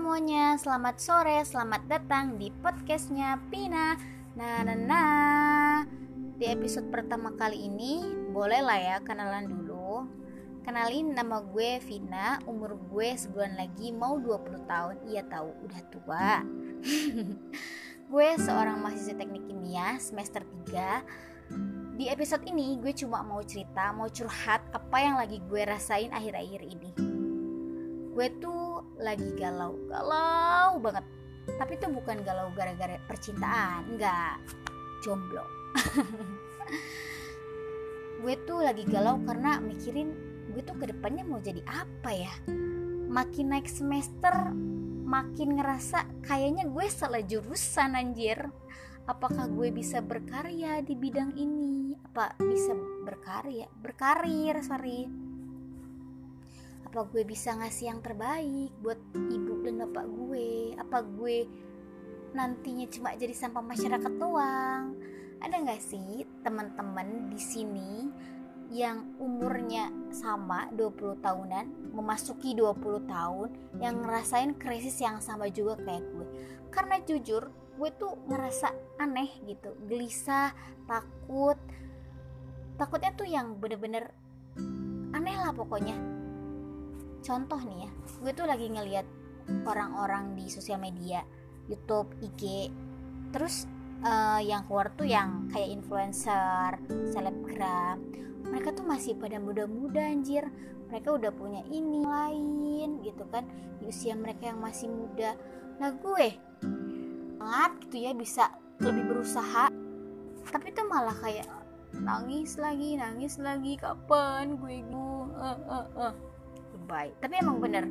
semuanya, selamat sore, selamat datang di podcastnya Pina. Nah, di episode pertama kali ini, bolehlah ya kenalan dulu. Kenalin, nama gue Vina, umur gue sebulan lagi mau 20 tahun. Iya tahu, udah tua. Gue seorang mahasiswa teknik kimia semester 3. Di episode ini gue cuma mau cerita, mau curhat apa yang lagi gue rasain akhir-akhir ini. Gue tuh lagi galau banget. Tapi tuh bukan galau gara-gara percintaan, enggak, jomblo. Gue tuh lagi galau karena mikirin gue tuh kedepannya mau jadi apa ya. Makin naik semester, makin ngerasa kayaknya gue salah jurusan anjir. Apakah gue bisa berkarya di bidang ini? Apa bisa berkarir? Apa gue bisa ngasih yang terbaik buat ibu dan bapak gue? Apa gue nantinya cuma jadi sampah masyarakat doang? Ada gak sih teman-teman di sini yang umurnya sama 20 tahunan, memasuki 20 tahun, yang ngerasain krisis yang sama juga kayak gue? Karena jujur, gue tuh ngerasa aneh gitu, gelisah, takutnya tuh yang bener-bener aneh lah pokoknya. Contoh nih ya, gue tuh lagi ngeliat orang-orang di sosial media, YouTube, IG, terus yang keluar tuh yang kayak influencer, selebgram. Mereka tuh masih pada muda-muda anjir. Mereka udah punya ini lain gitu kan, di usia mereka yang masih muda. Nah gue banget gitu ya, bisa lebih berusaha, tapi tuh malah kayak nangis lagi, kapan gue baik. Tapi emang bener,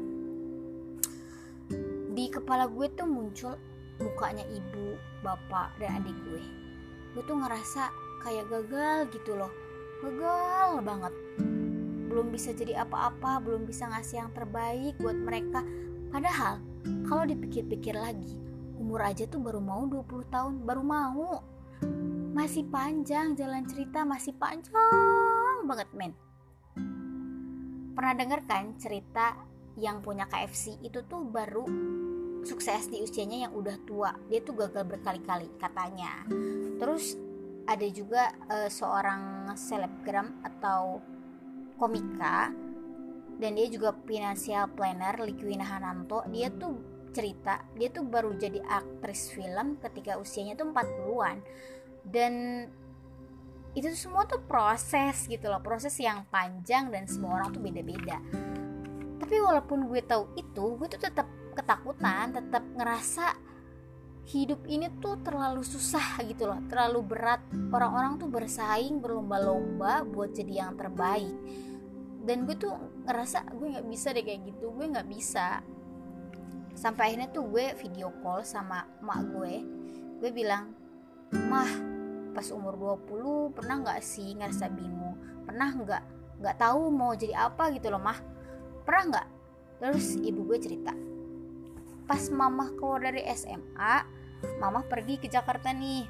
di kepala gue tuh muncul mukanya ibu, bapak, dan adik gue. Gue tuh ngerasa kayak gagal gitu loh, gagal banget. Belum bisa jadi apa-apa, belum bisa ngasih yang terbaik buat mereka. Padahal kalau dipikir-pikir lagi, umur aja tuh baru mau 20 tahun, masih panjang, jalan cerita masih panjang banget men. Pernah denger kan cerita yang punya KFC itu tuh baru sukses di usianya yang udah tua. Dia tuh gagal berkali-kali katanya. Terus ada juga seorang selebgram atau komika, dan dia juga financial planner, Liquiina Hananto. Dia tuh cerita, dia tuh baru jadi aktris film ketika usianya tuh 40-an. Dan itu semua tuh proses gitu loh, proses yang panjang, dan semua orang tuh beda-beda. Tapi walaupun gue tahu itu, gue tuh tetap ketakutan, tetap ngerasa hidup ini tuh terlalu susah gitu loh, terlalu berat. Orang-orang tuh bersaing, berlomba-lomba buat jadi yang terbaik, dan gue tuh ngerasa gue nggak bisa deh kayak gitu, gue nggak bisa. Sampai akhirnya tuh gue video call sama mak gue bilang, "Mah, pas umur 20 pernah gak sih ngerasa bingung? Pernah gak tahu mau jadi apa gitu loh mah? Pernah gak?" Terus ibu gue cerita, pas mamah keluar dari SMA, mamah pergi ke Jakarta nih.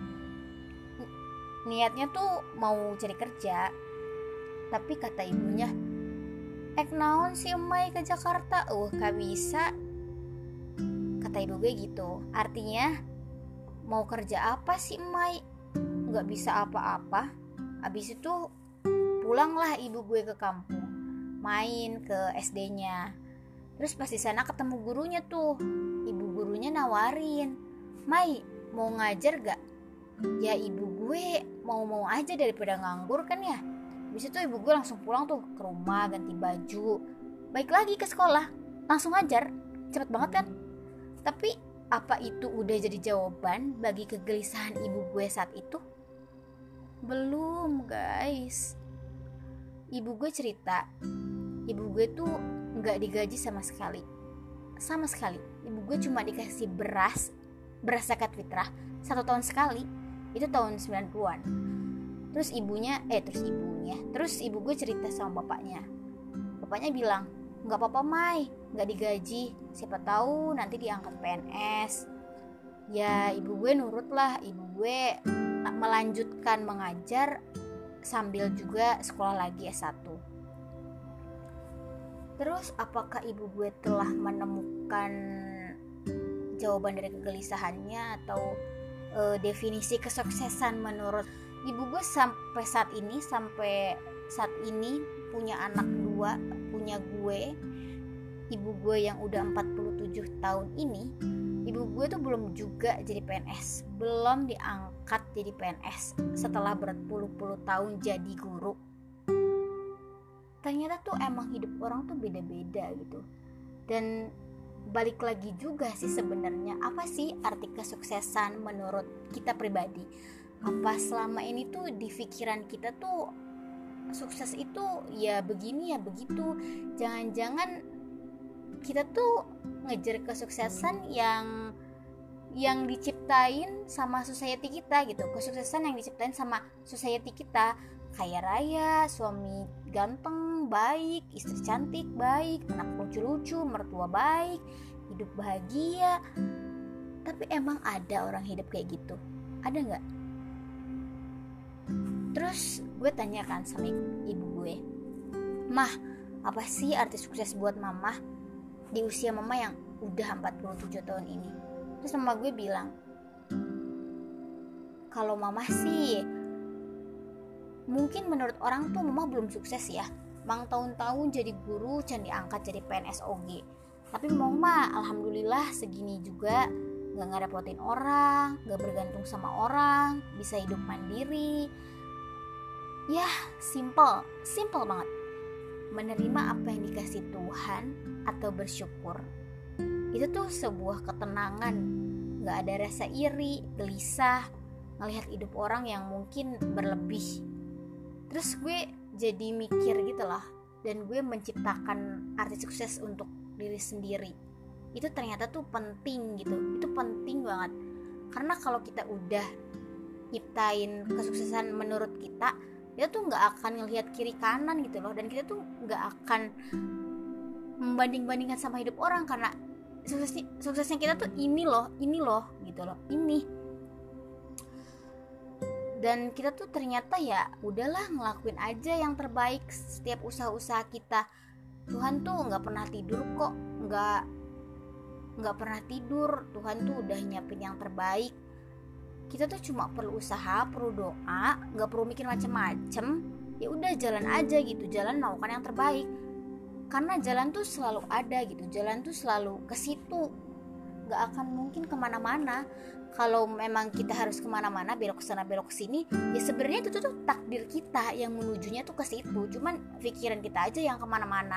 Niatnya tuh mau cari kerja, tapi kata ibunya, naon si emai ke Jakarta? Gak bisa, kata ibu gue gitu. Artinya mau kerja apa sih emai? Gak bisa apa-apa. Abis itu pulanglah ibu gue ke kampung, main ke SD-nya. Terus pas di sana ketemu gurunya tuh. Ibu gurunya nawarin, "Mai, mau ngajar gak?" Ya ibu gue mau aja daripada nganggur kan ya. Abis itu ibu gue langsung pulang tuh ke rumah, ganti baju, balik lagi ke sekolah, langsung ngajar. Cepet banget kan? Tapi apa itu udah jadi jawaban bagi kegelisahan ibu gue saat itu? Belum guys. Ibu gue cerita, ibu gue tuh gak digaji sama sekali. Ibu gue cuma dikasih beras zakat fitrah 1 tahun sekali. Itu tahun 90-an. Terus ibu gue cerita sama bapaknya. Bapaknya bilang, "Gak apa-apa Mai, gak digaji, siapa tahu nanti diangkat PNS." Ya ibu gue nurut lah. Ibu gue melanjutkan mengajar sambil juga sekolah lagi S1. Terus apakah ibu gue telah menemukan jawaban dari kegelisahannya atau definisi kesuksesan menurut ibu gue sampai saat ini punya anak 2, punya gue, ibu gue yang udah 47 tahun ini. Ibu gue tuh belum juga jadi PNS, belum diangkat jadi PNS setelah berpuluh-puluh tahun jadi guru. Ternyata tuh emang hidup orang tuh beda-beda gitu. Dan balik lagi juga sih sebenarnya, apa sih arti kesuksesan menurut kita pribadi? Apa selama ini tuh di pikiran kita tuh sukses itu ya begini ya begitu? Jangan-jangan kita tuh ngejar kesuksesan yang diciptain sama society kita gitu. Kesuksesan yang diciptain sama society kita, kaya raya, suami ganteng, baik, istri cantik, baik, anak lucu-lucu, mertua baik, hidup bahagia. Tapi emang ada orang hidup kayak gitu? Ada gak? Terus gue tanyakan sama ibu gue, "Mah, apa sih arti sukses buat mama di usia mama yang udah 47 tahun ini?" Terus mama gue bilang, "Kalau mama sih mungkin menurut orang tuh mama belum sukses ya. Mang tahun-tahun jadi guru, can diangkat jadi PNS OG. Tapi mama alhamdulillah segini juga, gak ngerepotin orang, gak bergantung sama orang, bisa hidup mandiri. Ya simple banget. Menerima apa yang dikasih Tuhan atau bersyukur. Itu tuh sebuah ketenangan. Gak ada rasa iri, gelisah ngelihat hidup orang yang mungkin berlebih." Terus gue jadi mikir gitu lah, dan gue menciptakan arti sukses untuk diri sendiri. Itu ternyata tuh penting gitu, itu penting banget. Karena kalau kita udah nyiptain kesuksesan menurut kita tuh gak akan ngelihat kiri kanan gitu loh. Dan kita tuh gak akan membanding-bandingkan sama hidup orang, karena suksesnya kita tuh ini loh gitu loh, ini. Dan kita tuh ternyata ya udahlah ngelakuin aja yang terbaik setiap usaha-usaha kita. Tuhan tuh nggak pernah tidur kok, nggak pernah tidur. Tuhan tuh udah nyiapin yang terbaik. Kita tuh cuma perlu usaha, perlu doa, nggak perlu mikir macem-macem. Ya udah jalan aja gitu, jalan melakukan yang terbaik. Karena jalan tuh selalu ada gitu, jalan tuh selalu ke situ. Gak akan mungkin kemana-mana. Kalau memang kita harus kemana-mana, belok ke sana belok ke sini, ya sebenarnya itu tuh takdir kita yang menujunya tuh ke situ. Cuman pikiran kita aja yang kemana-mana.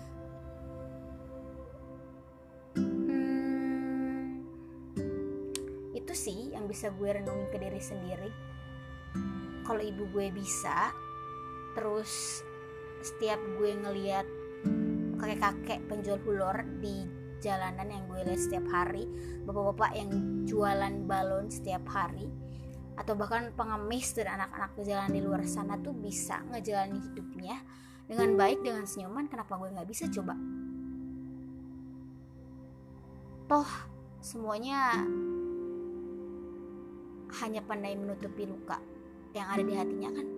Itu sih yang bisa gue renungin ke diri sendiri. Kalau ibu gue bisa, terus setiap gue ngeliat kakek-kakek penjual hulor di jalanan yang gue lihat setiap hari, bapak-bapak yang jualan balon setiap hari, atau bahkan pengemis dan anak-anak jalan di luar sana tuh bisa ngejalanin hidupnya dengan baik, dengan senyuman, kenapa gue gak bisa coba? Toh semuanya hanya pandai menutupi luka yang ada di hatinya kan.